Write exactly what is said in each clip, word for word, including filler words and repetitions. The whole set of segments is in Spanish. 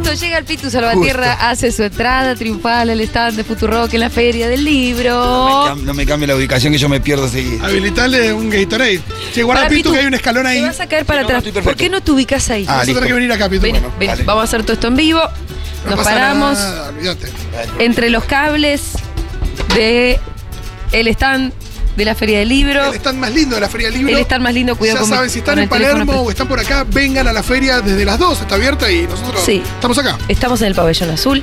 Justo llega el Pitu Salvatierra, Justo. hace su entrada triunfal al stand de Futurock en la Feria del Libro. No me, no me cambie la ubicación que yo me pierdo seguido. Habilitarle un Gatorade. Che, guarda, Pitu, Pitu, que hay un escalón ahí. Te vas a caer para no, atrás. No, ¿Por qué no te ubicas ahí? Ah, Vas a tener que venir acá, Pitu. Ven, bueno, ven. Vale. Vamos a hacer todo esto en vivo. No Nos paramos nada, entre los cables de el stand de la Feria del Libro. El stand más lindo de la Feria del Libro. El stand más lindo, cuidado ya con saben, si están con en Palermo o están por acá, vengan a la feria desde las dos, está abierta y nosotros sí. estamos acá. Estamos en el pabellón azul,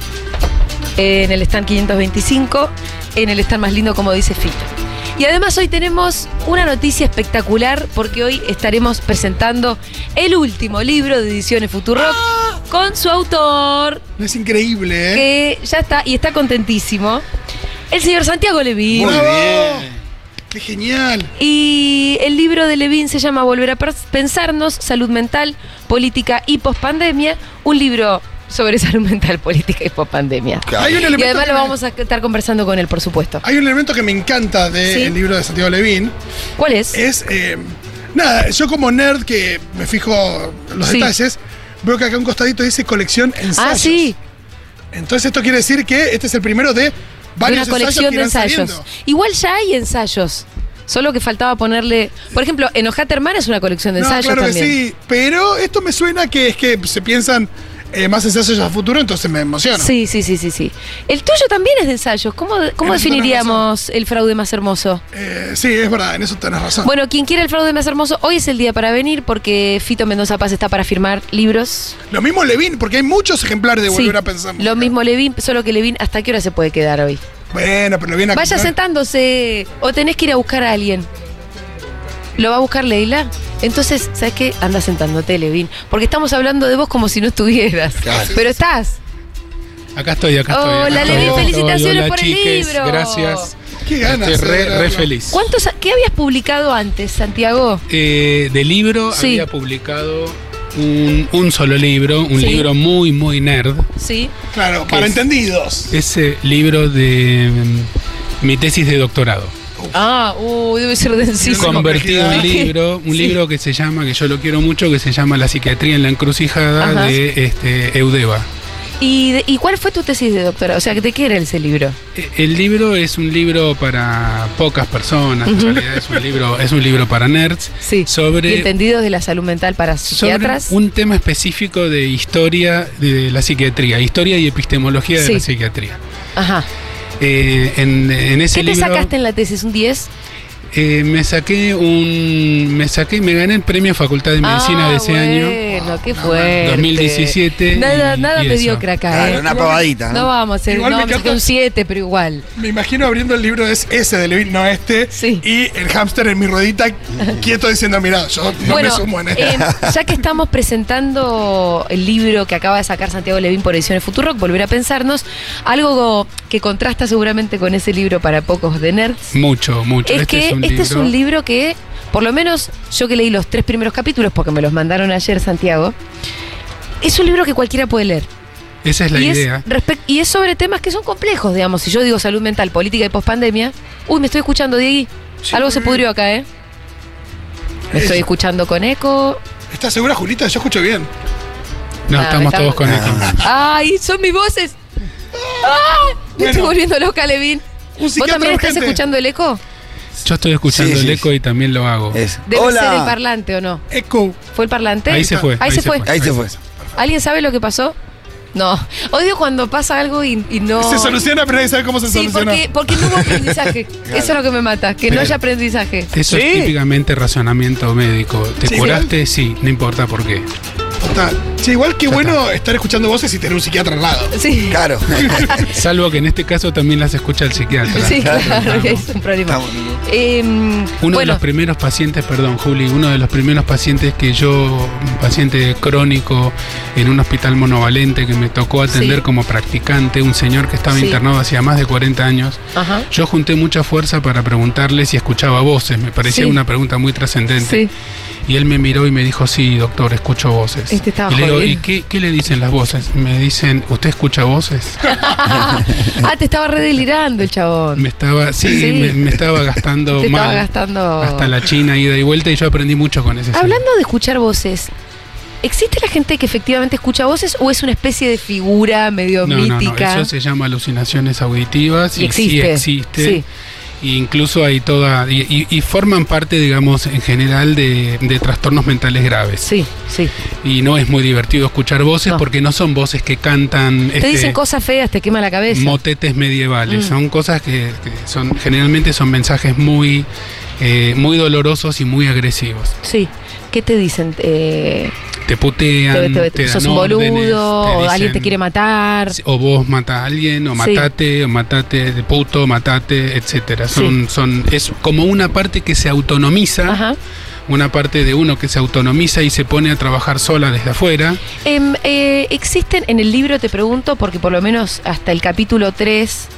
en el stand quinientos veinticinco, en el stand más lindo, como dice Fito. Y además hoy tenemos una noticia espectacular porque hoy estaremos presentando el último libro de Ediciones Futurock ¡Ah! Con su autor. Es increíble, ¿eh? Que ya está y está contentísimo. El señor Santiago Levín. Muy bien. ¡Qué genial! Y el libro de Levín se llama Volver a Pensarnos, Salud Mental, Política y Pospandemia. Un libro sobre salud mental, política y pospandemia. Hay un y además lo me... vamos a estar conversando con él, por supuesto. Hay un elemento que me encanta del ¿Sí? libro de Santiago Levín. ¿Cuál es? Es, eh, nada, yo como nerd que me fijo los sí. detalles, veo que acá un costadito dice colección ensayos. Ah, sí. Entonces esto quiere decir que este es el primero de varios de una colección ensayos que de ensayos. Saliendo. Igual ya hay ensayos. Solo que faltaba ponerle. Por ejemplo, Enojate Hermana es una colección de no, ensayos claro también. Que sí, pero esto me suena que es que se piensan eh, más ensayos a futuro, entonces me emociona. Sí, sí, sí, sí, sí. El tuyo también es de ensayos. ¿Cómo, cómo definiríamos el fraude más hermoso? Eh, sí, es verdad, en eso tenés razón. Bueno, quien quiera el fraude más hermoso, hoy es el día para venir porque Fito Mendoza Paz está para firmar libros. Lo mismo Levín, porque hay muchos ejemplares de Volver sí, a Pensar. Lo mismo Levín, solo que Levín, ¿hasta qué hora se puede quedar hoy? Bueno, pero Levín... Vaya sentándose o tenés que ir a buscar a alguien. ¿Lo va a buscar Leila? Entonces, ¿sabes qué? Anda sentándote, Levín. Porque estamos hablando de vos como si no estuvieras. Claro. Pero estás. Acá estoy, acá estoy. Hola, acá Levín, estoy. felicitaciones Hola, por chiques, el libro. Gracias. Qué ganas. Estoy re, eh, re feliz. ¿Cuántos, ¿Qué habías publicado antes, Santiago? Eh, de libro sí. había publicado un, un solo libro, un sí. libro muy, muy nerd. Sí. Claro, para es, entendidos. Ese libro de um, mi tesis de doctorado. Ah, uh, debe ser densísimo. Convertido en libro, un sí. libro que se llama, que yo lo quiero mucho, que se llama La psiquiatría en la encrucijada. Ajá. De este, Eudeva. ¿Y, de, ¿Y cuál fue tu tesis de doctorado? O sea, ¿de qué era ese libro? El libro es un libro para pocas personas, uh-huh. En realidad es un libro, es un libro para nerds. Sí. Sobre, ¿Y entendidos de la salud mental para psiquiatras? Sobre un tema específico de historia de la psiquiatría, historia y epistemología de sí. la psiquiatría. Ajá. Eh, en, en ese ¿Qué te libro, sacaste en la tesis? ¿Un diez? Eh, me saqué un. Me saqué, me gané el premio Facultad de Medicina ah, de ese bueno, año. Bueno, qué fuerte. dos mil diecisiete. Nada, y, nada y mediocre acá, claro, ¿eh? Una probadita. No, no vamos a hacer, igual no me vamos a hacer un siete, pero igual. Me imagino abriendo el libro, es ese de Levín, no este. Sí. Y el hámster en mi ruedita, quieto diciendo, mirá, yo no bueno, me sumo en esto. Eh, ya que estamos presentando el libro que acaba de sacar Santiago Levín por Ediciones Futurock, Volver a Pensarnos, algo que contrasta seguramente con ese libro para pocos de nerds. Mucho, mucho. Es este que es un este libro... es un libro que, por lo menos yo que leí los tres primeros capítulos, porque me los mandaron ayer, Santiago, es un libro que cualquiera puede leer. Esa es la y idea. Es y es sobre temas que son complejos, digamos. Si yo digo salud mental, política y pospandemia, uy, me estoy escuchando, Diegui. Sí, algo se pudrió acá, ¿eh? Me estoy escuchando con eco. ¿Estás segura, Julita? Yo escucho bien. No, ah, estamos todos con eco. ¡Ay, son mis voces! ¡Ah! Me bueno, estoy volviendo loca, Levín. ¿Vos también estás urgente. escuchando el eco? Yo estoy escuchando sí, sí, el eco sí. y también lo hago. Es. Debe Hola. ser el parlante, ¿o no? Eco. ¿Fue el parlante? Ahí se fue. Ahí, ahí se, se fue. fue. Ahí se fue. ¿Alguien sabe lo que pasó? No. Odio cuando pasa algo y, y no... Se soluciona, pero nadie sabe cómo se sí, soluciona. Porque, porque no hubo aprendizaje. Claro. Eso es lo que me mata, que pero no haya aprendizaje. Eso ¿Sí? es típicamente razonamiento médico. ¿Te ¿Sí? curaste? Sí, no importa por qué. Total. Sí, igual que ya bueno está. Estar escuchando voces y tener un psiquiatra al lado. Sí. Claro. Salvo que en este caso también las escucha el psiquiatra. Sí, claro, claro que es un problema. Eh, uno bueno. de los primeros pacientes, perdón, Juli, uno de los primeros pacientes que yo, un paciente crónico en un hospital monovalente que me tocó atender sí. como practicante, un señor que estaba sí. internado hacía más de cuarenta años. Ajá. Yo junté mucha fuerza para preguntarle si escuchaba voces. Me parecía sí. una pregunta muy trascendente. Sí. Y él me miró y me dijo, sí, doctor, escucho voces. Este estaba y le digo, ¿y qué, qué le dicen las voces? Me dicen, ¿usted escucha voces? Ah, te estaba redelirando el chabón. Me estaba, sí, sí. Me, me estaba gastando te mal. Estaba gastando... Hasta la China, ida y vuelta, y yo aprendí mucho con ese. Hablando señor. de escuchar voces, ¿existe la gente que efectivamente escucha voces o es una especie de figura medio no, mítica? No, no, eso se llama alucinaciones auditivas y, y existe. sí existe. Sí. E incluso hay toda. Y, y, y forman parte, digamos, en general de, de trastornos mentales graves. Sí, sí. Y no es muy divertido escuchar voces No. porque no son voces que cantan. Te este, dicen cosas feas, te quema la cabeza. motetes medievales. Mm. Son cosas que, que son generalmente son mensajes muy, eh, muy dolorosos y muy agresivos. Sí. ¿Qué te dicen? Eh, Te putean, te, te, te dan sos un órdenes, boludo, te o dicen, alguien te quiere matar. o vos matás a alguien, o Sí. matate, o matate de puto, matate, etcétera. Son, Sí. son, es como una parte que se autonomiza, Ajá. una parte de uno que se autonomiza y se pone a trabajar sola desde afuera. Em, eh, existen en el libro, te pregunto, porque por lo menos hasta el capítulo tres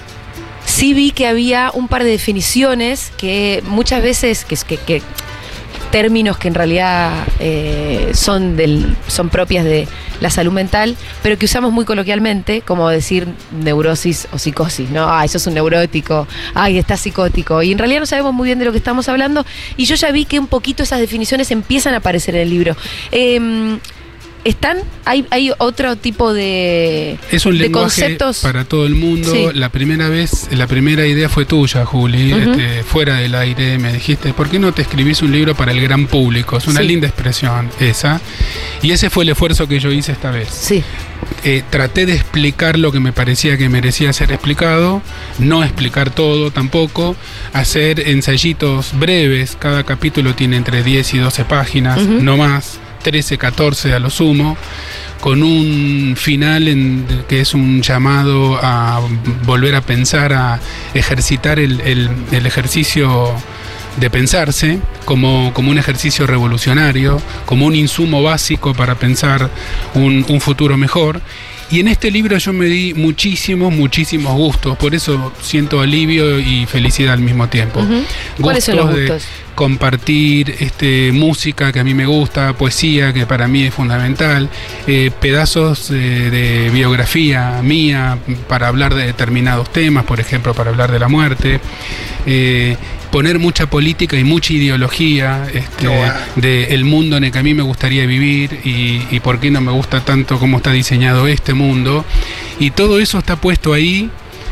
sí vi que había un par de definiciones que muchas veces, que, que, que términos que en realidad eh, son, del, son propias de la salud mental, pero que usamos muy coloquialmente, como decir neurosis o psicosis, ¿no? Ay, sos un neurótico, ay, estás psicótico. Y en realidad no sabemos muy bien de lo que estamos hablando, y yo ya vi que un poquito esas definiciones empiezan a aparecer en el libro. Eh, ¿Están? ¿Hay, hay otro tipo de, Es un de lenguaje conceptos? para todo el mundo. Sí. La primera vez, la primera idea fue tuya, Juli, Ujú. este, fuera del aire. Me dijiste, ¿por qué no te escribís un libro para el gran público? Es una Sí. linda expresión esa. Y ese fue el esfuerzo que yo hice esta vez. Sí, Eh, traté de explicar lo que me parecía que merecía ser explicado, no explicar todo tampoco, hacer ensayitos breves. Cada capítulo tiene entre diez y doce páginas, Ujú. no más. trece, catorce a lo sumo, con un final en, que es un llamado a volver a pensar, a ejercitar el, el, el ejercicio de pensarse como, como un ejercicio revolucionario, como un insumo básico para pensar un, un futuro mejor. Y en este libro yo me di muchísimos, muchísimos gustos, por eso siento alivio y felicidad al mismo tiempo. Ujú. ¿Cuáles son los Gustos de gustos? compartir este, música que a mí me gusta, poesía que para mí es fundamental, eh, pedazos eh, de biografía mía para hablar de determinados temas, por ejemplo, para hablar de la muerte, eh, poner mucha política y mucha ideología este, bueno. del mundo en el que a mí me gustaría vivir y, y por qué no me gusta tanto cómo está diseñado este mundo. Y todo eso está puesto ahí,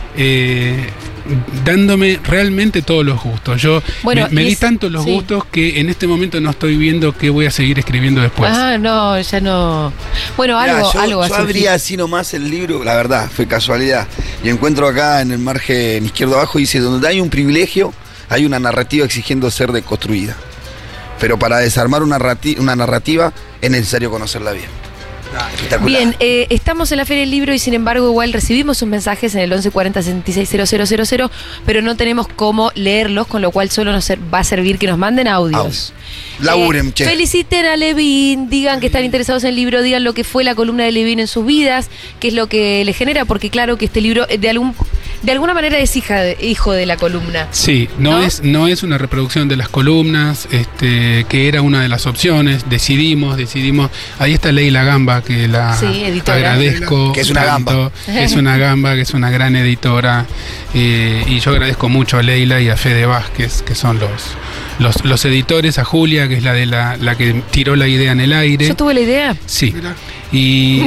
eh, dándome realmente todos los gustos. Yo Bueno, me, me y di es- tanto los sí. gustos que en este momento no estoy viendo qué voy a seguir escribiendo después. Ah, no, ya no. Bueno, Mirá, algo, yo, algo yo así. abría así nomás el libro, la verdad, fue casualidad. Y encuentro acá en el margen izquierdo abajo, dice, donde hay un privilegio, hay una narrativa exigiendo ser deconstruida. Pero para desarmar una, narrati- una narrativa es necesario conocerla bien. Ah, espectacular. Bien, eh, estamos en la Feria del Libro y sin embargo igual recibimos sus mensajes en el once cuarenta sesenta y seis cero cero cero cero, pero no tenemos cómo leerlos, con lo cual solo nos ser- va a servir que nos manden audios. Audios. Laburen, Eh, che. Feliciten a Levin, digan que están interesados en el libro, digan lo que fue la columna de Levin en sus vidas, qué es lo que le genera, porque claro que este libro eh, de algún de alguna manera es hija de- hijo de la columna. Sí, no, ¿No? es no es una reproducción de las columnas, este, que era una de las opciones. Decidimos, decidimos. Ahí está Leila Gamba, que la Sí, editora. agradezco. Que es una tanto, gamba. que es una gamba, que es una gran editora. eh, y yo agradezco mucho a Leila y a Fede Vázquez, que son los, los, los editores, a Julia, que es la de la, la que tiró la idea en el aire. Yo tuve la idea, Sí. Mirá. Y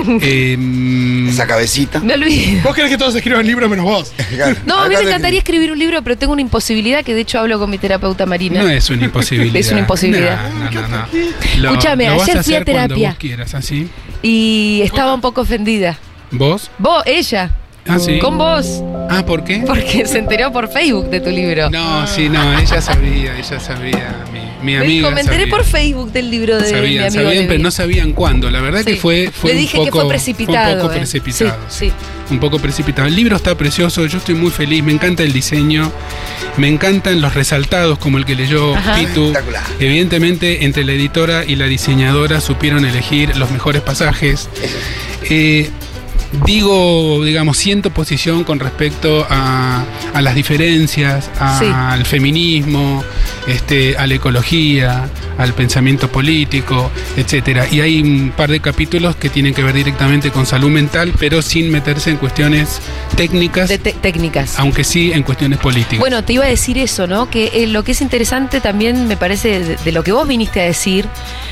em, Esa cabecita. me olvidé. Vos querés que todos escriban libros menos vos. Claro. No, a mí Acá me te- encantaría escribir un libro, pero tengo una imposibilidad que de hecho hablo con mi terapeuta Marina. no es una imposibilidad. Es una imposibilidad. No, no, no, no. Lo- Escúchame, lo vas ayer a fui a hacer cuando terapia. vos quieras, ¿así? Y estaba un poco ofendida. ¿Vos? Vos, ella. Ah, sí. Con vos. Ah, ¿por qué? Porque se enteró por Facebook de tu libro. No, sí, no, ella sabía, ella sabía. Mi, mi me amiga dijo, me enteré sabía. por Facebook del libro de mi Sabían, amigo sabían, Levi. pero no sabían cuándo. La verdad Sí. que fue, fue Le un dije poco, que fue precipitado. fue un poco eh. precipitado. Sí, sí. Un poco precipitado. El libro está precioso, yo estoy muy feliz, me encanta el diseño, me encantan los resaltados como el que leyó Ajá. Pitu. Espectacular. Evidentemente, entre la editora y la diseñadora supieron elegir los mejores pasajes. Eh, digo, digamos, siento posición con respecto a, a las diferencias, a- Sí. al feminismo, este, a la ecología, al pensamiento político, etcétera. Y hay un par de capítulos que tienen que ver directamente con salud mental, pero sin meterse en cuestiones técnicas, De te- técnicas. aunque sí en cuestiones políticas. Bueno, te iba a decir eso, ¿no? Que eh, lo que es interesante también me parece de, de lo que vos viniste a decir,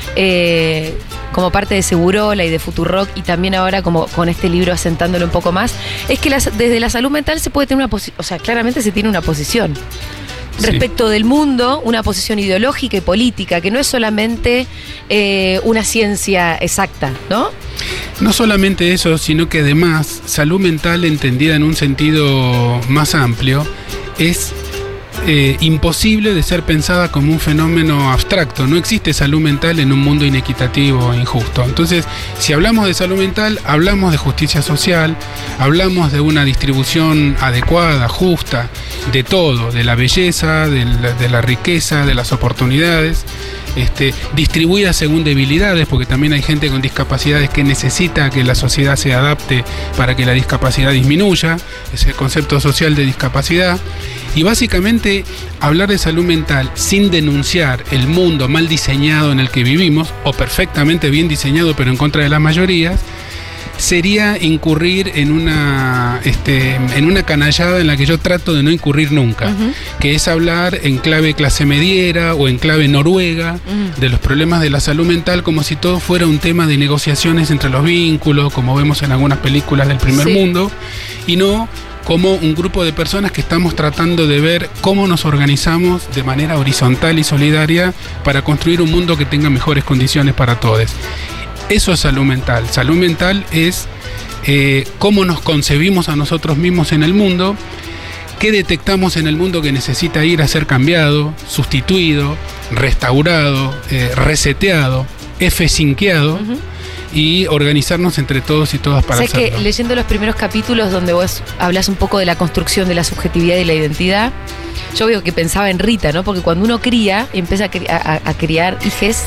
eh, como parte de Segurola y de Futurock, y también ahora como con este libro asentándolo un poco más, es que las- desde la salud mental se puede tener una posición, o sea, claramente se tiene una posición. Sí. Respecto del mundo, una posición ideológica y política, que no es solamente eh, una ciencia exacta, ¿no? No solamente eso, sino que además salud mental entendida en un sentido más amplio es eh, imposible de ser pensada como un fenómeno abstracto. No existe salud mental en un mundo inequitativo e injusto. Entonces, si hablamos de salud mental, hablamos de justicia social, hablamos de una distribución adecuada, justa, de todo, de la belleza, de la, de la riqueza, de las oportunidades. Este, distribuidas según debilidades, porque también hay gente con discapacidades que necesita que la sociedad se adapte para que la discapacidad disminuya, es el concepto social de discapacidad. Y básicamente hablar de salud mental sin denunciar el mundo mal diseñado en el que vivimos, o perfectamente bien diseñado pero en contra de las mayorías, sería incurrir en una, este, en una canallada en la que yo trato de no incurrir nunca, Uh-huh. que es hablar en clave clase mediera o en clave noruega Uh-huh. de los problemas de la salud mental como si todo fuera un tema de negociaciones entre los vínculos, como vemos en algunas películas del primer Sí. mundo, y no como un grupo de personas que estamos tratando de ver cómo nos organizamos de manera horizontal y solidaria para construir un mundo que tenga mejores condiciones para todos. Eso es salud mental. Salud mental es eh, cómo nos concebimos a nosotros mismos en el mundo, qué detectamos en el mundo que necesita ir a ser cambiado, sustituido, restaurado, eh, reseteado, efe-sinqueado, Uh-huh. y organizarnos entre todos y todas para Sé hacerlo. que leyendo los primeros capítulos donde vos hablas un poco de la construcción de la subjetividad y la identidad, yo veo que pensaba en Rita, ¿no? Porque cuando uno cría, empieza a, cri- a- a criar hijes,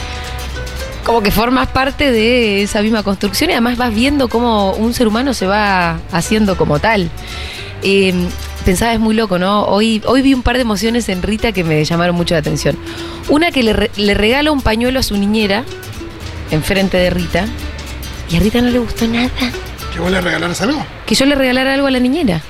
como que formas parte de esa misma construcción y además vas viendo cómo un ser humano se va haciendo como tal. Eh, pensaba, es muy loco, ¿no? Hoy, hoy vi un par de emociones en Rita que me llamaron mucho la atención. Una que le, re- le regala un pañuelo a su niñera enfrente de Rita, y a Rita no le gustó nada ¿Que vos le regalaras algo? que yo le regalara algo a la niñera.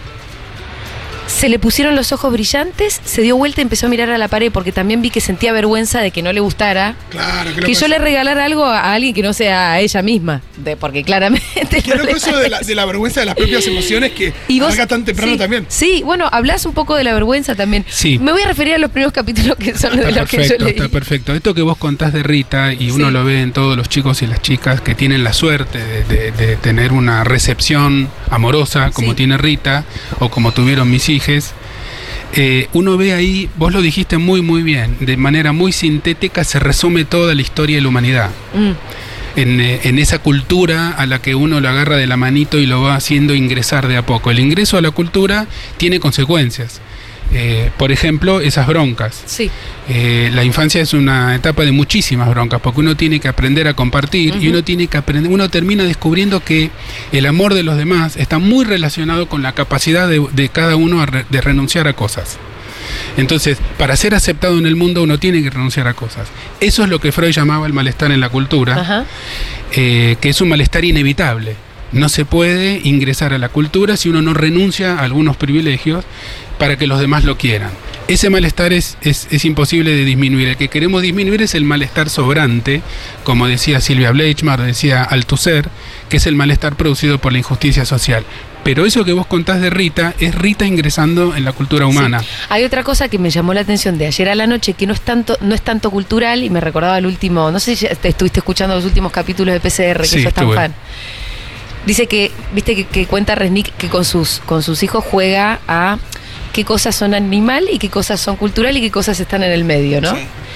Se le pusieron los ojos brillantes, se dio vuelta y empezó a mirar a la pared, porque también vi que sentía vergüenza de que no le gustara Claro, que que loco yo eso. le regalara algo a alguien que no sea a ella misma, de, porque claramente Qué no loco le eso de la, de la vergüenza de las propias emociones que Y vos- arranca tan temprano sí, también. Sí, bueno, hablas un poco de la vergüenza también. Sí. Me voy a referir a los primeros capítulos que son de Está los que perfecto, yo leí. está perfecto. Esto que vos contás de Rita, y uno Sí. lo ve en todos los chicos y las chicas que tienen la suerte de, de- de tener una recepción amorosa como Sí. tiene Rita, o como tuvieron mis hijes, eh, uno ve ahí, vos lo dijiste muy muy bien, de manera muy sintética se resume toda la historia de la humanidad. Mm, En, eh, en esa cultura a la que uno lo agarra de la manito y lo va haciendo ingresar de a poco. El ingreso a la cultura tiene consecuencias. Eh, por ejemplo, esas broncas. sí. Eh, la infancia es una etapa de muchísimas broncas, porque uno tiene que aprender a compartir, y Ujú. uno tiene que aprender, uno termina descubriendo que el amor de los demás está muy relacionado con la capacidad de, de cada uno a re- de renunciar a cosas. Entonces, para ser aceptado en el mundo uno tiene que renunciar a cosas. Eso es lo que Freud llamaba el malestar en la cultura, Ajá. eh, que es un malestar inevitable. No se puede ingresar a la cultura si uno no renuncia a algunos privilegios para que los demás lo quieran. Ese malestar es, es, es imposible de disminuir. El que queremos disminuir es el malestar sobrante, como decía Silvia Bleichmar, decía Althusser, que es el malestar producido por la injusticia social. Pero eso que vos contás de Rita es Rita ingresando en la cultura humana. Sí. Hay otra cosa que me llamó la atención de ayer a la noche, que no es tanto, no es tanto cultural, y me recordaba el último, no sé si ya te estuviste escuchando los últimos capítulos de P C R, que Sí, sos tan estuve. fan. Dice que, viste que, que cuenta Resnick que con sus, con sus hijos juega a qué cosas son animal y qué cosas son cultural y qué cosas están en el medio, ¿no? Sí.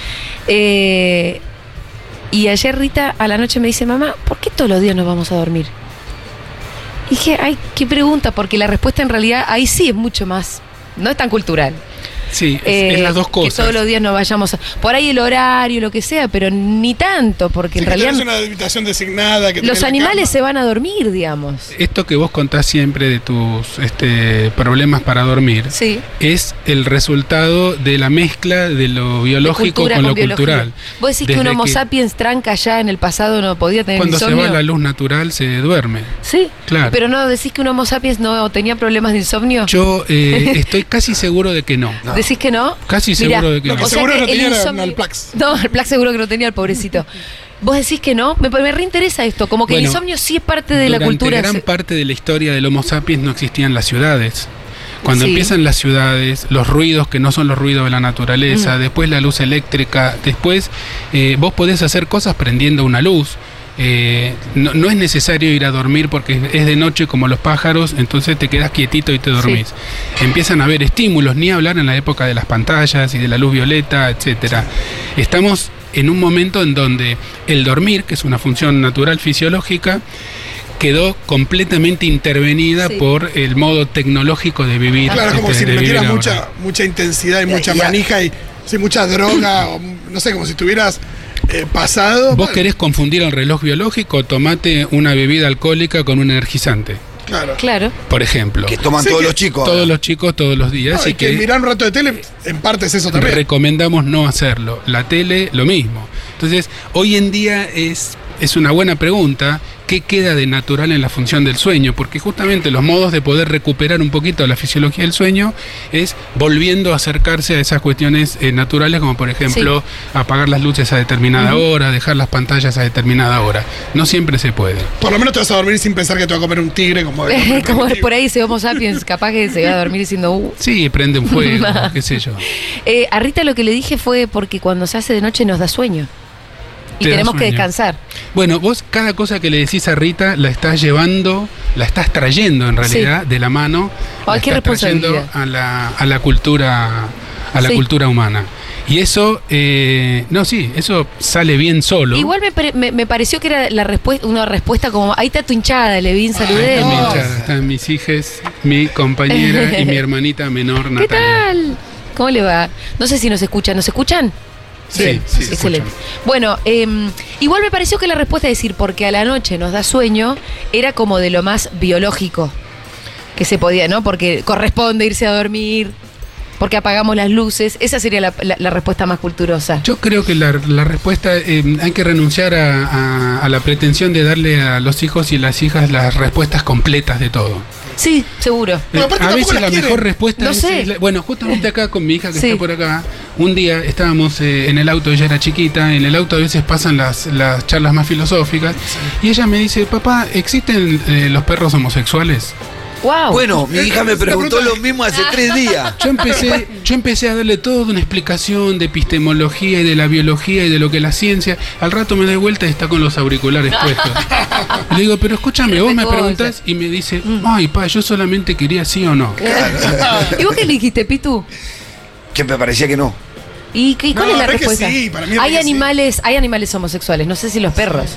Eh, y ayer Rita a la noche me dice, mamá, ¿por qué todos los días nos vamos a dormir? Y dije, ay, qué pregunta, porque la respuesta en realidad ahí sí es mucho más, no es tan cultural. Sí, es, es las dos cosas. Que todos los días nos vayamos a, por ahí el horario, lo que sea, pero ni tanto, porque Sí, en que realidad tenés una habitación designada. Que los tenés la animales cama. se van a dormir, digamos. Esto que vos contás siempre de tus este, problemas para dormir Sí. es el resultado de la mezcla de lo biológico Cultura con lo biología. cultural. Vos decís que Desde un Homo que sapiens tranca ya en el pasado no podía tener Cuando se insomnio. va la luz natural se duerme. Sí, Claro. pero no decís que un Homo sapiens no tenía problemas de insomnio. Yo eh, estoy casi seguro de que no. ¿Decís que no? Casi Mirá, seguro de que Lo no. que o sea seguro que no el tenía era insomnio- el Plax. No, el Plax seguro que no tenía el pobrecito. Vos decís que no, me, me reinteresa esto, como que Bueno, el insomnio sí es parte de la Durante cultura. gran se- parte de la historia del Homo sapiens no existían las ciudades. Cuando Sí. empiezan las ciudades, los ruidos que no son los ruidos de la naturaleza, Mm. después la luz eléctrica, después eh, vos podés hacer cosas prendiendo una luz. Eh, no, no es necesario ir a dormir porque es de noche como los pájaros, entonces te quedas quietito y te dormís. Empiezan a haber estímulos, ni hablar en la época de las pantallas y de la luz violeta, etcétera. Estamos en un momento en donde el dormir, que es una función natural fisiológica, quedó completamente intervenida Sí. por el modo tecnológico de vivir. Claro, como este, si de le vivir metieras ahora. mucha, mucha intensidad y Ya, mucha ya. manija y sí, mucha droga, o no sé, como si estuvieras eh, pasado. Vos Bueno, querés confundir el reloj biológico, tomate una bebida alcohólica con un energizante, Claro. Claro. por ejemplo. Que toman Sí, todos que los chicos. Todos ahora. los chicos todos los días. No, Así y que, que mirar un rato de tele, en parte es eso también. recomendamos no hacerlo. La tele, lo mismo. Entonces, hoy en día es, es una buena pregunta, ¿qué queda de natural en la función del sueño? Porque justamente los modos de poder recuperar un poquito la fisiología del sueño es volviendo a acercarse a esas cuestiones eh, naturales, como por ejemplo apagar las luces a determinada hora, dejar las pantallas a determinada hora. No siempre se puede. Por lo menos te vas a dormir sin pensar que te va a comer un tigre como el hombre Como primitivo. por ahí ese Homo sapiens, capaz que se va a dormir diciendo, uh. Sí, prende un fuego, qué sé yo. Eh, a Rita lo que le dije fue porque cuando se hace de noche nos da sueño. Y Te da tenemos que sueño. descansar. Bueno, vos cada cosa que le decís a Rita la estás llevando, la estás trayendo en realidad de la mano, Ay, la qué estás trayendo responsabilidad. a la, a la cultura, a la Sí. cultura humana. Y eso, eh, no, sí, eso sale bien solo. Igual me, pare- me, me pareció que era la respuesta, una respuesta como, ahí está tu hinchada, Levin, saludé. Está mi no. hinchada, están mis hijas, mi compañera y mi hermanita menor, ¿Qué Natalia. tal? ¿Cómo le va? No sé si nos escuchan. ¿Nos escuchan? Sí, Bien, sí, se excelente. Bueno, eh, igual me pareció que la respuesta de decir porque a la noche nos da sueño era como de lo más biológico que se podía, ¿no? Porque corresponde irse a dormir, porque apagamos las luces. Esa sería la, la- la respuesta más culturosa. Yo creo que la, la respuesta, eh, hay que renunciar a, a- a la pretensión de darle a los hijos y las hijas las respuestas completas de todo. Sí, seguro. Bueno, aparte a tampoco veces las la quieren. mejor respuesta No es, sé. es la- bueno, justamente acá con mi hija que Sí. está por acá, un día estábamos eh, en el auto, ella era chiquita, en el auto a veces pasan las, las charlas más filosóficas, y ella me dice, papá, ¿existen eh, los perros homosexuales? Wow. Bueno, mi hija me Esa preguntó pregunta- lo mismo hace tres días. Yo empecé, yo empecé a darle toda una explicación de epistemología y de la biología y de lo que es la ciencia. Al rato me doy vuelta y está con los auriculares puestos. Le digo, pero escúchame, vos me Cosa. preguntás y me dice, ay, pa, yo solamente quería sí o no. ¿Y vos qué le dijiste, Pitu? Que me parecía que no. ¿Y qué- cuál No, es la re que respuesta? sí, para mí re hay que sí. animales, hay animales homosexuales, no sé si los perros.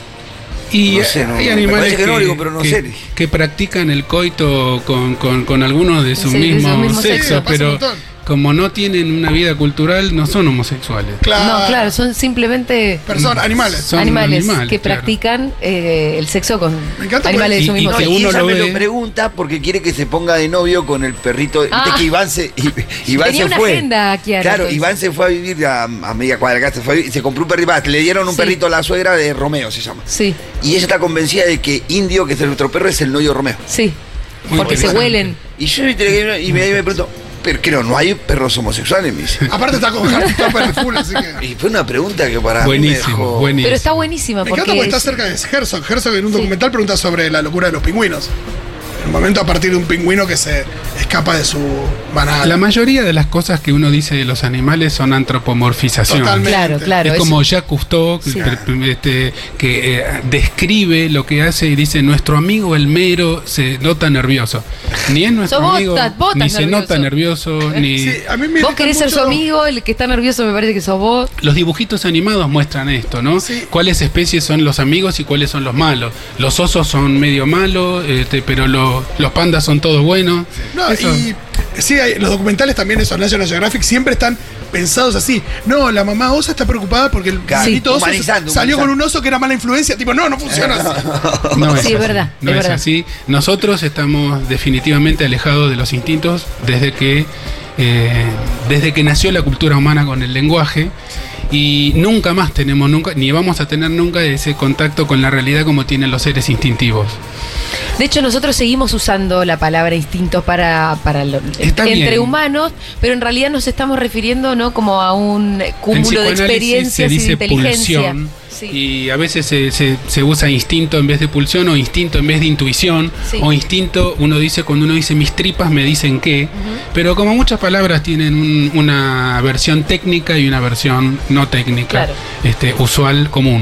Y No sé, no, hay me animales parece que, que no, digo, pero no que- sé. que practican el coito con, con, con algunos de su Sí, de su mismo, mismo sexo, sexo. Pasa un pero montón. como no tienen una vida cultural, no son homosexuales. Claro. No, claro, son simplemente Personas, animales. Son animales, animales, que claro. practican eh, el sexo con Me encanta animales de porque- su y- mismo y que sexo. y uno ella lo me ve- lo pregunta porque quiere que se ponga de novio con el perrito. Ah. Viste que Iván se, I- Iván Tenía se una fue. agenda, Kiara, Claro, entonces. Iván se fue a vivir a, a media cuadra acá, se fue a vivir- se compró un perrito. Le dieron un Sí. perrito a la suegra de Romeo, se llama. Sí, Y ella está convencida de que Indio, que es nuestro perro, es el novio de Romeo. sí. Muy Porque se interesante. huelen. Y yo viste, y me, y me pregunto, pero que no, no hay perros homosexuales, me dice. Aparte está con Heartstopper full, así que. Y fue una pregunta que para mí me Buenísimo, dejó- buenísimo. Pero está buenísima Me porque. encanta porque está es- cerca de Herzog. Herzog en un documental pregunta sobre la locura de los pingüinos. El momento a partir de un pingüino que se escapa de su manada. La mayoría de las cosas que uno dice de los animales son antropomorfización. Totalmente. Claro, claro. Es eso. como Jacques Cousteau, que, Sí. este, que eh, describe lo que hace y dice, nuestro amigo el mero se nota nervioso. Ni es nuestro Sos vos, amigo, Tat, vos ni estás se nervioso. nota nervioso, ni... Sí, a mí me Vos irrita querés ser su mucho- amigo, el que está nervioso me parece que sos vos. Los dibujitos animados muestran esto, ¿no? Sí. ¿Cuáles especies son los amigos y cuáles son los malos? Los osos son medio malos, este, pero lo- los pandas son todos buenos. No, Eso- y Porque sí, hay, los documentales también, esos National Geographic, siempre están pensados así. No, la mamá osa está preocupada porque el gatito oso humanizando, salió humanizando. con un oso que era mala influencia. Tipo, no, no funciona así. No es Sí, es así, verdad, No es es, verdad. así. Nosotros estamos definitivamente alejados de los instintos desde que, eh, desde que nació la cultura humana con el lenguaje. Y nunca más tenemos, nunca, ni vamos a tener nunca ese contacto con la realidad como tienen los seres instintivos. De hecho, nosotros seguimos usando la palabra instintos para, para lo- Está entre bien. humanos, pero en realidad nos estamos refiriendo no como a un cúmulo de En psicoanálisis experiencias se y de dice inteligencia. pulsión, Sí. y a veces se, se- se usa instinto en vez de pulsión, o instinto en vez de intuición, Sí. o instinto, uno dice, cuando uno dice mis tripas me dicen qué, pero como muchas palabras tienen un- una versión técnica y una versión no técnica, Claro. este, usual, común.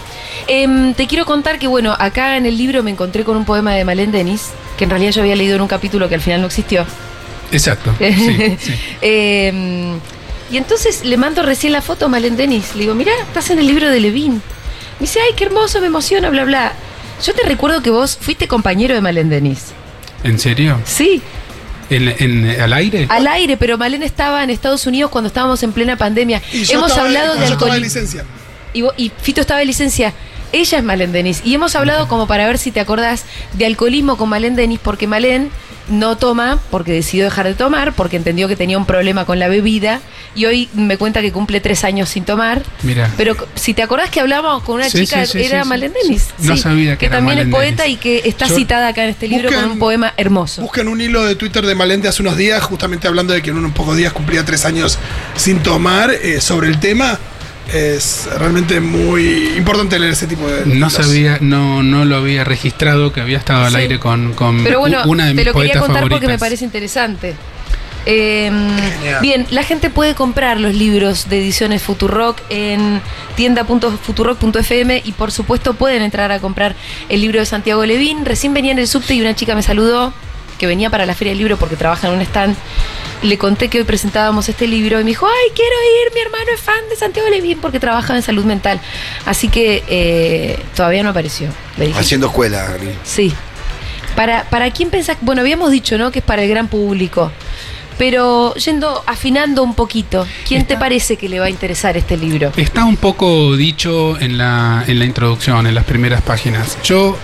Em, te quiero contar que, bueno, acá en el libro me encontré con un poema de Malén Denis, que en realidad yo había leído en un capítulo que al final no existió. Exacto. sí, sí. Em, y entonces le mando recién la foto a Malén Denis. Le digo, mirá, estás en el libro de Levin. Me dice, ay, qué hermoso, me emociona, bla, bla. Yo te recuerdo que vos fuiste compañero de Malén Denis. ¿En serio? Sí, ¿En, en- ¿Al aire? al aire, pero Malén estaba en Estados Unidos cuando estábamos en plena pandemia. Y yo Hemos estaba- hablado de yo estaba de alcoholismo. licencia. Y, vos- y Fito estaba de licencia. Ella es Malén Denis. Y hemos hablado como para ver si te acordás de alcoholismo con Malén Denis, porque Malén no toma, porque decidió dejar de tomar, porque entendió que tenía un problema con la bebida. Y hoy me cuenta que cumple tres años sin tomar. Mira. Pero c- si te acordás que hablábamos con una Sí, chica, sí, sí, era sí, Malén sí. Denis. No sabía que era también Malén es poeta Denis. y que está Yo- citada acá en este libro Busquen- con un poema hermoso. Busquen un hilo de Twitter de Malén de hace unos días, justamente hablando de que en unos pocos días cumplía tres años sin tomar, eh, sobre el tema. Es realmente muy importante leer ese tipo de... No libros. sabía, no, no lo había registrado que había estado al Sí. aire con, con Pero bueno, u- una de te mis lo quería poetas contar favoritas. porque me parece interesante. Eh, Genial. bien, la gente puede comprar los libros de ediciones Futurock en tienda punto futurock punto f m y por supuesto pueden entrar a comprar el libro de Santiago Levin. Recién venía en el subte y una chica me saludó que venía para la Feria del Libro porque trabaja en un stand. Le conté que hoy presentábamos este libro y me dijo, ay, quiero ir, mi hermano es fan de Santiago Levin porque trabaja en salud mental. Así que eh, todavía no apareció. Le dije, Haciendo escuela, Ari. sí. ¿Para, ¿Para quién pensás? Bueno, habíamos dicho, ¿no? Que es para el gran público. Pero yendo, afinando un poquito, ¿quién Está- te parece que le va a interesar este libro? Está un poco dicho en la, en la introducción, en las primeras páginas. Yo,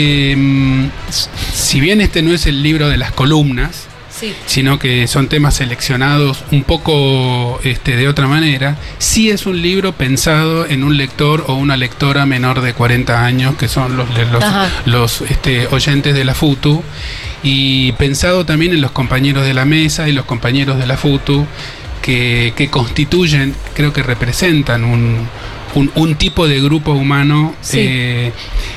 eh, s- si bien este no es el libro de las columnas, Sí. sino que son temas seleccionados un poco este, de otra manera, sí es un libro pensado en un lector o una lectora menor de cuarenta años, que son los, los, Ajá. los este, oyentes de la FUTU, y pensado también en los compañeros de la mesa y los compañeros de la FUTU, que, que constituyen, creo que representan un, un, un tipo de grupo humano Sí. eh,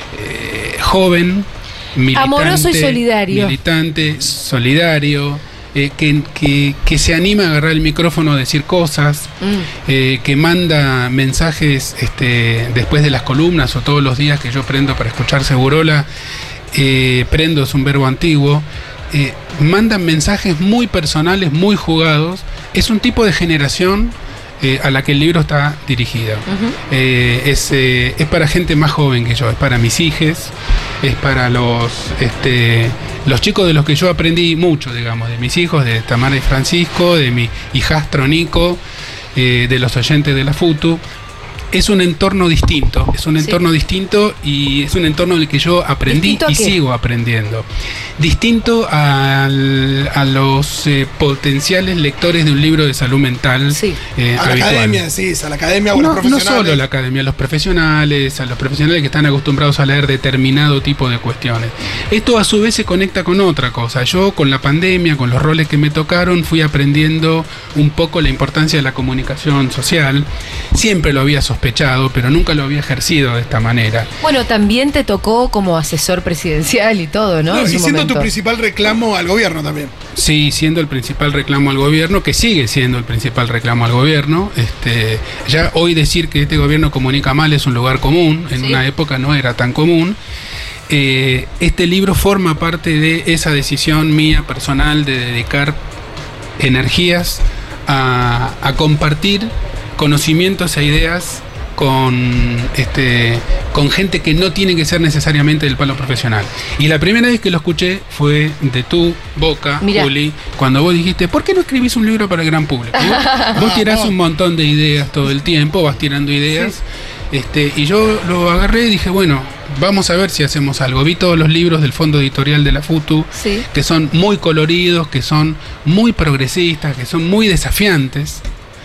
eh, joven, militante, Amoroso y solidario. militante, solidario, eh, que, que, que se anima a agarrar el micrófono a decir cosas, Mm. eh, que manda mensajes este, después de las columnas o todos los días que yo prendo para escuchar Segurola. Eh, prendo es un verbo antiguo. Eh, mandan mensajes muy personales, muy jugados. Es un tipo de generación eh, a la que el libro está dirigido. Ujú. Eh, es, eh, es para gente más joven que yo, es para mis hijes, es para los este, los chicos de los que yo aprendí mucho, digamos, de mis hijos, de Tamara y Francisco, de mi hijastro Nico, eh, de los oyentes de la FUTU. Es un entorno distinto, es un Sí. entorno distinto y es un entorno en el que yo aprendí ¿Distinto a y qué? sigo aprendiendo. Distinto al- a los eh, potenciales lectores de un libro de salud mental Sí. eh, A la habitual. academia, decís, a la academia o a los No, no profesionales. solo a la academia, a los profesionales, a los profesionales que están acostumbrados a leer determinado tipo de cuestiones. Esto a su vez se conecta con otra cosa. Yo con la pandemia, con los roles que me tocaron, fui aprendiendo un poco la importancia de la comunicación social. Siempre lo había sospechado, pero nunca lo había ejercido de esta manera. Bueno, también te tocó como asesor presidencial y todo, ¿no? No, En y su siendo tu momento. principal reclamo al gobierno también. Sí, siendo el principal reclamo al gobierno, que sigue siendo el principal reclamo al gobierno. Este, ya hoy decir que este gobierno comunica mal es un lugar común, en Sí. una época no era tan común. Eh, este libro forma parte de esa decisión mía personal de dedicar energías a, a compartir conocimientos e ideas con este con gente que no tiene que ser necesariamente del palo profesional. Y la primera vez que lo escuché fue de tu boca, Mirá. Juli, cuando vos dijiste, ¿por qué no escribís un libro para el gran público? Vos, vos tirás un montón de ideas todo el tiempo, vas tirando ideas. Sí. Este, y yo lo agarré y dije, bueno, vamos a ver si hacemos algo. Vi todos los libros del fondo editorial de la FUTU, sí. que son muy coloridos, que son muy progresistas, que son muy desafiantes.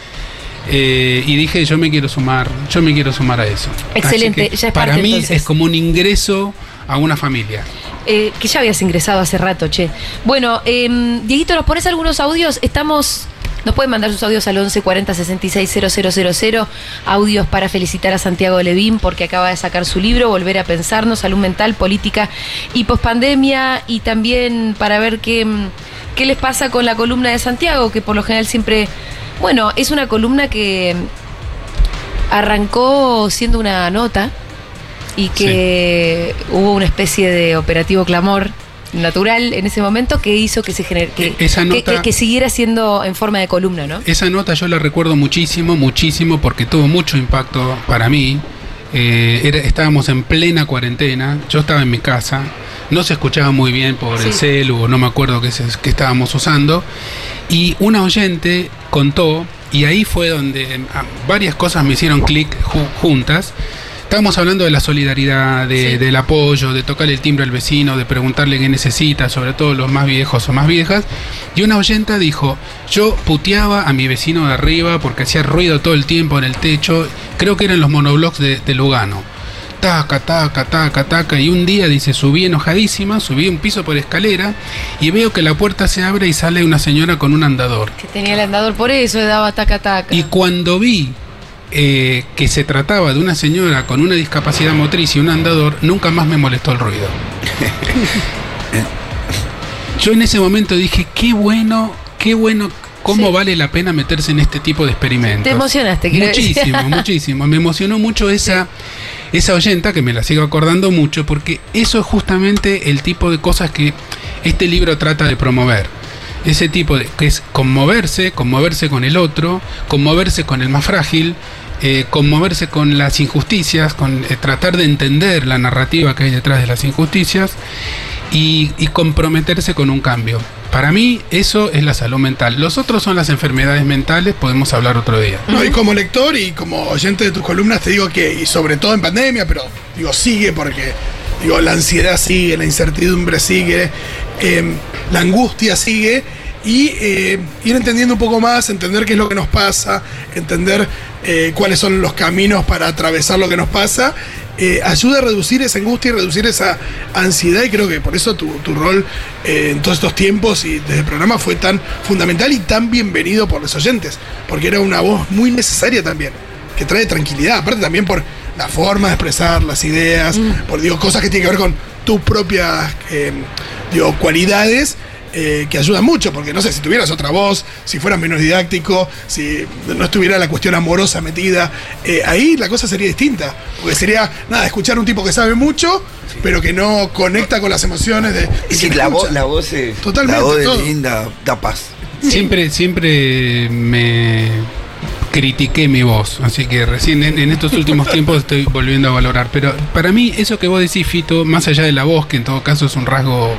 Eh, y dije, yo me quiero sumar, yo me quiero sumar a eso. Excelente, ya es para parte, mí entonces. Es como un ingreso a una familia. Eh, que ya habías ingresado hace rato, che. Bueno, eh, Dieguito, ¿nos pones algunos audios? Estamos... Nos pueden mandar sus audios al once cuarenta sesenta y seis cero cero cero cero, audios para felicitar a Santiago Levín porque acaba de sacar su libro, Volver a Pensarnos, Salud Mental, Política y Pospandemia, y también para ver qué, qué les pasa con la columna de Santiago, que por lo general siempre... Bueno, es una columna que arrancó siendo una nota y que sí. hubo una especie de operativo clamor natural en ese momento que hizo que se genere, que, esa nota, que, que, que siguiera siendo en forma de columna, ¿no? Esa nota yo la recuerdo muchísimo, muchísimo, porque tuvo mucho impacto para mí. Eh, era, estábamos en plena cuarentena, yo estaba en mi casa, no se escuchaba muy bien por sí. el celu, o no me acuerdo qué, se, qué estábamos usando, y una oyente contó, y ahí fue donde varias cosas me hicieron clic ju- juntas. Estábamos hablando de la solidaridad, de, sí. del apoyo, de tocarle el timbre al vecino, de preguntarle qué necesita, sobre todo los más viejos o más viejas. Y una oyenta dijo, yo puteaba a mi vecino de arriba porque hacía ruido todo el tiempo en el techo. Creo que eran los monoblocks de, de Lugano. Taca, taca, taca, taca. Y un día, dice, subí enojadísima, subí un piso por escalera y veo que la puerta se abre y sale una señora con un andador. Que tenía el andador, por eso le daba taca, taca. Y cuando vi... Eh, que se trataba de una señora con una discapacidad motriz y un andador, nunca más me molestó el ruido. Yo en ese momento dije, qué bueno, qué bueno, cómo sí. vale la pena meterse en este tipo de experimentos. Te emocionaste, quiero Muchísimo, decir. muchísimo. Me emocionó mucho esa, sí. esa oyenta, que me la sigo acordando mucho, porque eso es justamente el tipo de cosas que este libro trata de promover. Ese tipo de, que es conmoverse, conmoverse con el otro, conmoverse con el más frágil, eh, conmoverse con las injusticias, con eh, tratar de entender la narrativa que hay detrás de las injusticias y, y comprometerse con un cambio. Para mí eso es la salud mental. Los otros son las enfermedades mentales, podemos hablar otro día. No, y como lector y como oyente de tus columnas te digo que, y sobre todo en pandemia, pero digo, sigue porque digo, la ansiedad sigue, la incertidumbre sigue, eh, la angustia sigue, y eh, ir entendiendo un poco más, entender qué es lo que nos pasa, entender eh, cuáles son los caminos para atravesar lo que nos pasa, eh, ayuda a reducir esa angustia y reducir esa ansiedad, y creo que por eso tu, tu rol eh, en todos estos tiempos y desde el programa fue tan fundamental y tan bienvenido por los oyentes, porque era una voz muy necesaria también, que trae tranquilidad, aparte también por la forma de expresar las ideas, mm. por digo, cosas que tienen que ver con tus propias eh, digo, cualidades, eh, que ayudan mucho, porque no sé, si tuvieras otra voz, si fueras menos didáctico, si no estuviera la cuestión amorosa metida, eh, ahí la cosa sería distinta, porque sería, nada, escuchar a un tipo que sabe mucho, sí. pero que no conecta con las emociones de... Y si la voz, la voz es... Totalmente, la voz es todo. linda, da paz. Siempre, siempre me... critiqué mi voz, así que recién en, en estos últimos tiempos estoy volviendo a valorar, pero para mí eso que vos decís, Fito, más allá de la voz, que en todo caso es un rasgo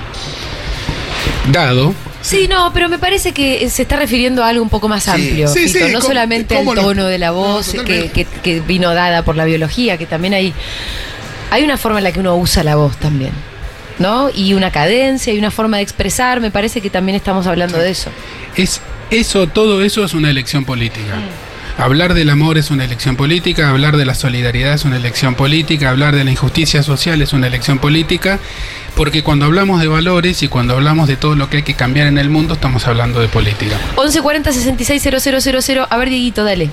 dado. Sí, no, pero me parece que se está refiriendo a algo un poco más amplio, sí, sí, Fito, sí, no ¿cómo, solamente al tono lo, de la voz no, que, que, que vino dada por la biología, que también hay, hay una forma en la que uno usa la voz también, ¿no? Y una cadencia y una forma de expresar, me parece que también estamos hablando sí. de eso. Es eso, todo eso es una elección política. Mm. Hablar del amor es una elección política, hablar de la solidaridad es una elección política, hablar de la injusticia social es una elección política, porque cuando hablamos de valores y cuando hablamos de todo lo que hay que cambiar en el mundo, estamos hablando de política. once cuarenta sesenta y seis cero cero cero cero, a ver, Dieguito, dale.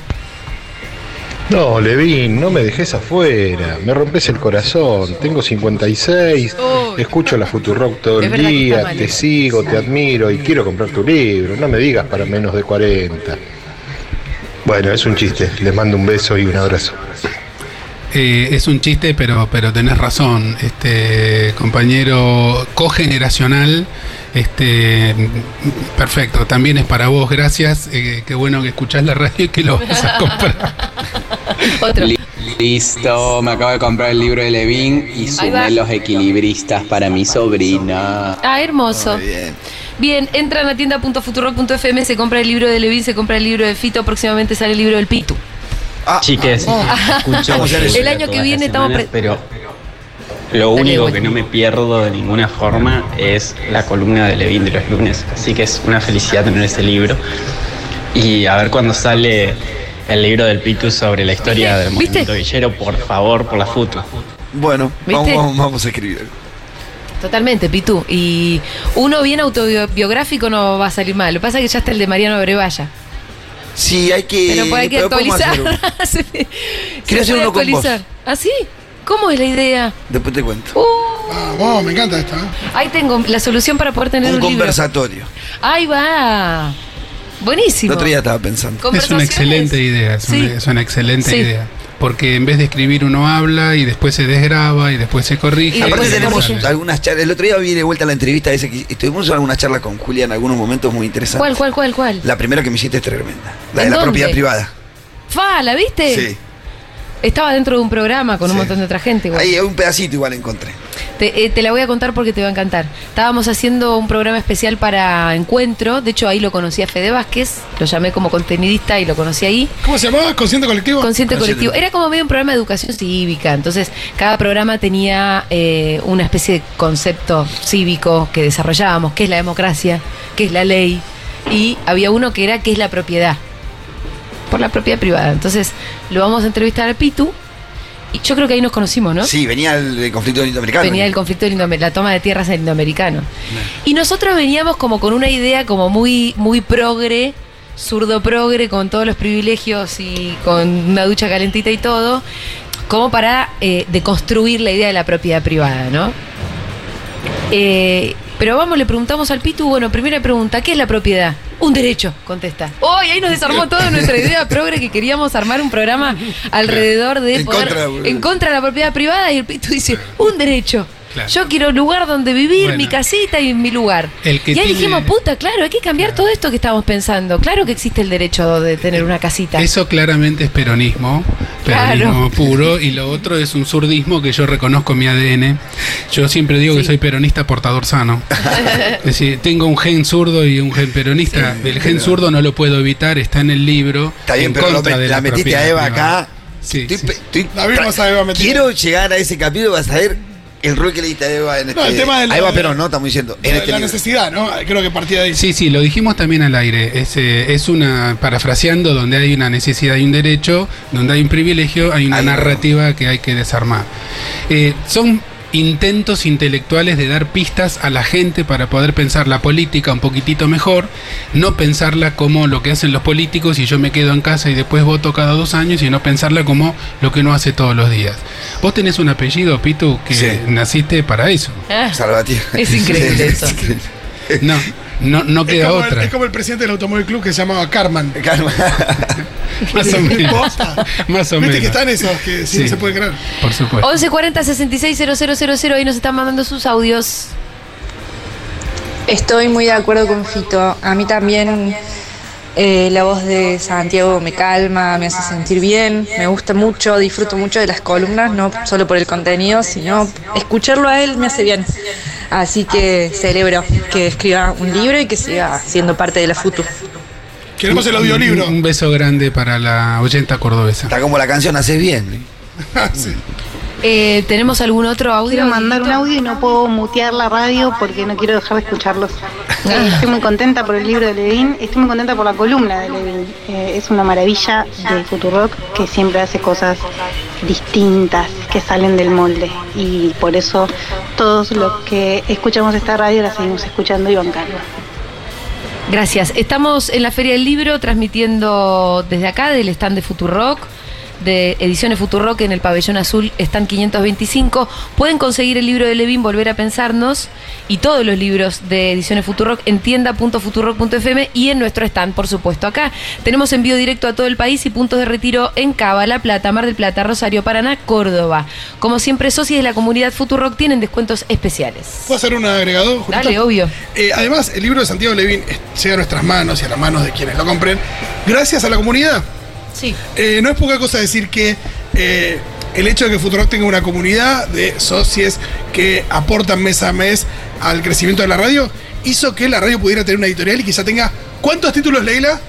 No, Levín, no me dejes afuera, me rompes el corazón, tengo cincuenta y seis, oh, escucho la Futurock todo el día, te sigo, te admiro y quiero comprar tu libro, no me digas para menos de cuarenta. Bueno, es un chiste, les mando un beso y un abrazo. Eh, es un chiste, pero, pero tenés razón, este compañero cogeneracional, este perfecto, también es para vos, gracias, eh, qué bueno que escuchás la radio y que lo vas a comprar. Otro. Listo, me acabo de comprar el libro de Levin y sumé Los Equilibristas para mi sobrina. Ah, hermoso. Muy bien. Bien, entran a tienda punto futurock punto f m, se compra el libro de Levin, se compra el libro de Fito, próximamente sale el libro del Pitu. Ah, Chiques, ah, escucho el año que viene estamos... Pre- pero lo Dale, único bueno. que no me pierdo de ninguna forma es la columna de Levin de los lunes. Así que es una felicidad tener ese libro. Y a ver cuándo sale el libro del Pitu sobre la historia del ¿Viste? movimiento villero, por favor, por la foto. Bueno, vamos, ¿Viste? vamos, vamos a escribir. Totalmente, Pitu. Y uno bien autobiográfico no va a salir mal. Lo que pasa es que ya está el de Mariano Brevalla. Sí, hay que. Pero pues hay que pero podemos actualizar. hacer uno. Se- Quiero se hacer puede uno con vos. actualizar. ¿Ah, sí? ¿Cómo es la idea? Después te cuento. Uh, Vamos, me encanta esto. ¿eh? ahí tengo la solución para poder tener Un un, libro. conversatorio. Ahí va. Buenísimo. El otro día estaba pensando. Es una Conversaciones. excelente idea, es, Sí. una, es una excelente Sí. idea. Porque en vez de escribir uno habla y después se desgraba y después se corrige. Y Aparte después se tenemos corrige. algunas charlas. El otro día vi de vuelta la entrevista ese que estuvimos en alguna charla con Julia en algunos momentos muy interesantes. ¿Cuál, cuál, cuál, cuál? La primera que me hiciste es tremenda. La de ¿En la dónde? propiedad privada. Fa, ¿la viste? Sí. Estaba dentro de un programa con un Sí. montón de otra gente. igual. Ahí un pedacito igual encontré. Te, eh, te la voy a contar porque te va a encantar. Estábamos haciendo un programa especial para Encuentro. De hecho, ahí lo conocí a Fede Vázquez. Lo llamé como contenidista y lo conocí ahí. ¿Cómo se llamaba? ¿Consciente colectivo? Consciente Consciente. Colectivo. Era como medio un programa de educación cívica. Entonces, cada programa tenía eh, una especie de concepto cívico que desarrollábamos. ¿Qué es la democracia? ¿Qué es la ley? Y había uno que era ¿qué es la propiedad? Por la propiedad privada. Entonces, lo vamos a entrevistar al Pitu. Y yo creo que ahí nos conocimos, ¿no? Sí, venía el, el conflicto indoamericano. Venía el conflicto del Indoamer- la toma de tierras en el indoamericano. Y nosotros veníamos como con una idea como muy, muy progre, zurdo progre, con todos los privilegios y con una ducha calentita y todo, como para eh, deconstruir la idea de la propiedad privada, ¿no? Eh, pero vamos, le preguntamos al Pitu, bueno, primera pregunta, ¿qué es la propiedad? Un derecho, contesta. ¡Oh! Y ahí nos desarmó toda nuestra idea progre que queríamos armar un programa alrededor de En poder- contra de la- en contra de la propiedad privada y el Pitu dice, un derecho. Claro. Yo quiero lugar donde vivir, Bueno. mi casita y mi lugar. El que y ahí tiene- dijimos, puta, claro, hay que cambiar todo esto que estamos pensando. Claro que existe el derecho de tener una casita. Eso claramente es peronismo, peronismo Claro. puro, y lo otro es un zurdismo que yo reconozco en mi A D N. Yo siempre digo Sí. que soy peronista portador sano. Es decir, tengo un gen zurdo y un gen peronista. El gen zurdo no lo puedo evitar, está en el libro. Está bien, en pero lo contra met- de la metiste propiedad a Eva privada. acá. Sí, Estoy sí. pe- estoy- La vimos a Eva metida. Quiero llegar a ese capítulo para saber el rol que le diste a Eva en este. No, el tema de la- a Eva Perón, ¿no? Estamos diciendo. En La, este la libro. necesidad, ¿no? Creo que partía de ahí. Sí, sí, lo dijimos también al aire. Es, eh, es una, parafraseando, donde hay una necesidad y un derecho, donde hay un privilegio, hay una Ahí va. narrativa que hay que desarmar. Eh, son intentos intelectuales de dar pistas a la gente para poder pensar la política un poquitito mejor, no pensarla como lo que hacen los políticos y yo me quedo en casa y después voto cada dos años, sino pensarla como lo que uno hace todos los días. Vos tenés un apellido, Pitu, que Sí. naciste para eso. Ah, Salvatierra. Es increíble eso. No, no, no Es queda como, el, otra. es como el presidente del Automóvil Club que se llamaba Carman. Calma. Más o menos. Posta. Más o Viste menos. que están esos que sí, Sí. no se puede creer. Por supuesto. once cuarenta sesenta y seis cero cero cero cero, ahí nos están mandando sus audios. Estoy muy de acuerdo con Fito. A mí también eh, la voz de Santiago me calma, me hace sentir bien, me gusta mucho, disfruto mucho de las columnas, no solo por el contenido, sino escucharlo a él me hace bien. Así que celebro que escriba un libro y que siga siendo parte de la Futu. Queremos el Un, audiolibro. un beso grande para la oyenta cordobesa. Está como la canción, haces bien. Sí. Eh, ¿Tenemos algún otro audio? Quiero mandar un Dieguito? audio y no puedo mutear la radio porque no quiero dejar de escucharlos. Eh, estoy muy contenta por el libro de Levin, estoy muy contenta por la columna de Levin. Eh, es una maravilla de Futurock que siempre hace cosas distintas, que salen del molde. Y por eso todos los que escuchamos esta radio la seguimos escuchando y bancando. Gracias. Estamos en la Feria del Libro transmitiendo desde acá, del stand de Futurock, de Ediciones Futurock en el Pabellón Azul, stand quinientos veinticinco. Pueden conseguir el libro de Levin, Volver a Pensarnos, y todos los libros de Ediciones Futurock en tienda punto futurock punto f m y en nuestro stand, por supuesto. Acá tenemos envío directo a todo el país y puntos de retiro en Cava, La Plata, Mar del Plata, Rosario, Paraná, Córdoba. Como siempre, socios de la comunidad Futurock tienen descuentos especiales. ¿Puedo hacer un agregado, Julita? Dale, obvio. Eh, además, el libro de Santiago Levin eh, llega a nuestras manos y a las manos de quienes lo compren gracias a la comunidad. Sí. Eh, no es poca cosa decir que eh, el hecho de que Futurock tenga una comunidad de socios que aportan mes a mes al crecimiento de la radio, hizo que la radio pudiera tener una editorial y quizá tenga... ¿Cuántos títulos, Leila?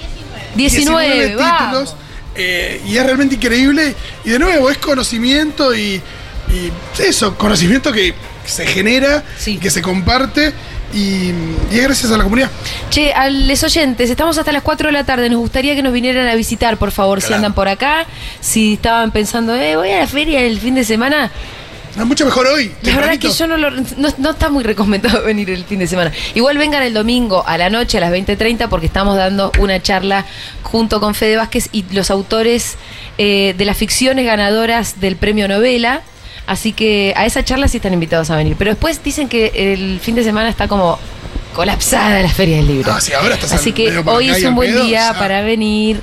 diecinueve, títulos. Eh, y es realmente increíble. Y de nuevo, es conocimiento y, y eso, conocimiento que se genera, sí. que se comparte. Y, y es gracias a la comunidad. Che, a los oyentes, estamos hasta las cuatro de la tarde. Nos gustaría que nos vinieran a visitar, por favor, claro. si andan por acá. Si estaban pensando, eh, voy a la feria el fin de semana. No, mucho mejor hoy. La verdad es que yo no, lo, no no está muy recomendado venir el fin de semana. Igual vengan el domingo a la noche a las veinte treinta porque estamos dando una charla junto con Fede Vázquez y los autores eh, de las ficciones ganadoras del premio Novela. Así que a esa charla sí están invitados a venir. Pero después dicen que el fin de semana está como colapsada la Feria del Libro. Ah, sí, ahora está Así que hoy es un buen pedo, día ya. para venir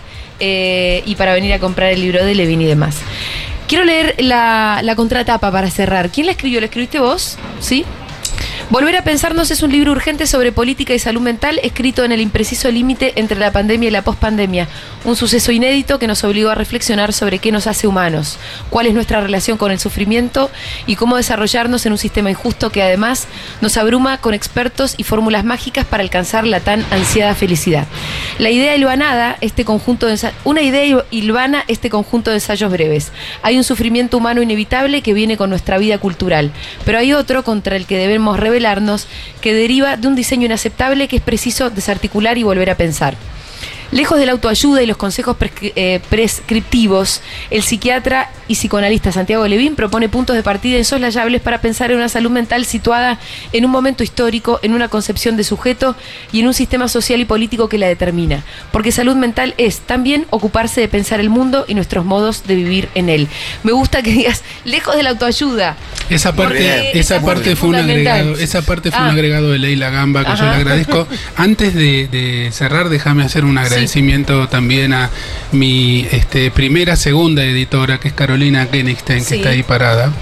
eh, y para venir a comprar el libro de Levin y demás. Quiero leer la, la contratapa para cerrar. ¿Quién la escribió? ¿La escribiste vos? ¿Sí? Volver a pensarnos es un libro urgente sobre política y salud mental, escrito en el impreciso límite entre la pandemia y la pospandemia. Un suceso inédito que nos obligó a reflexionar sobre qué nos hace humanos, cuál es nuestra relación con el sufrimiento y cómo desarrollarnos en un sistema injusto que además nos abruma con expertos y fórmulas mágicas para alcanzar la tan ansiada felicidad. La idea hilvanada, este conjunto de ensa- una idea hilvana este conjunto de ensayos breves. Hay un sufrimiento humano inevitable que viene con nuestra vida cultural, pero hay otro contra el que debemos revelarnos que deriva de un diseño inaceptable que es preciso desarticular y volver a pensar. Lejos de la autoayuda y los consejos prescri- eh, prescriptivos, el psiquiatra y psicoanalista Santiago Levin propone puntos de partida insoslayables para pensar en una salud mental situada en un momento histórico, en una concepción de sujeto y en un sistema social y político que la determina. Porque salud mental es también ocuparse de pensar el mundo y nuestros modos de vivir en él. Me gusta que digas, lejos de la autoayuda. Esa parte, esa parte fue un agregado, esa parte fue ah. un agregado de Leila Gamba que Ajá. yo le agradezco. Antes de, de cerrar, déjame hacer un agradecimiento. Agradecimiento sí. también a mi este, primera, segunda editora, que es Carolina Kenigstein, que sí. está ahí parada.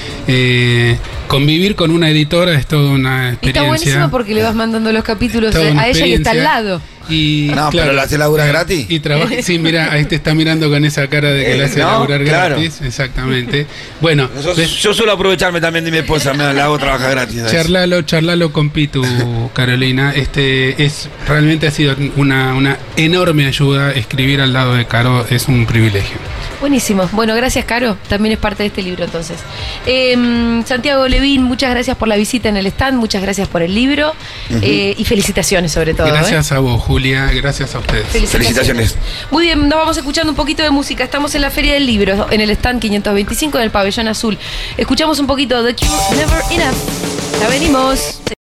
Eh, convivir con una editora es toda una experiencia. Está buenísimo porque le vas mandando los capítulos a ella y está al lado. Y, no, claro, pero la hace laburar gratis. Y trabaja, sí, mira, ahí te está mirando con esa cara de que eh, la hace no, laburar claro. gratis. Exactamente. Bueno, yo, yo suelo aprovecharme también de mi esposa, me la hago trabajar gratis. Charlalo, charlalo con Pitu, Carolina. Este es realmente ha sido una, una enorme ayuda. Escribir al lado de Caro es un privilegio. Buenísimo. Bueno, gracias, Caro. También es parte de este libro, entonces. Eh, Santiago Levin, muchas gracias por la visita en el stand, muchas gracias por el libro uh-huh. eh, y felicitaciones sobre todo. Gracias ¿eh? a vos, Julia. Gracias a ustedes. Felicitaciones. Felicitaciones. Muy bien, nos vamos escuchando un poquito de música. Estamos en la Feria del Libro, en el stand quinientos veinticinco, en el Pabellón Azul. Escuchamos un poquito de The Cure, Never Enough. Ya venimos.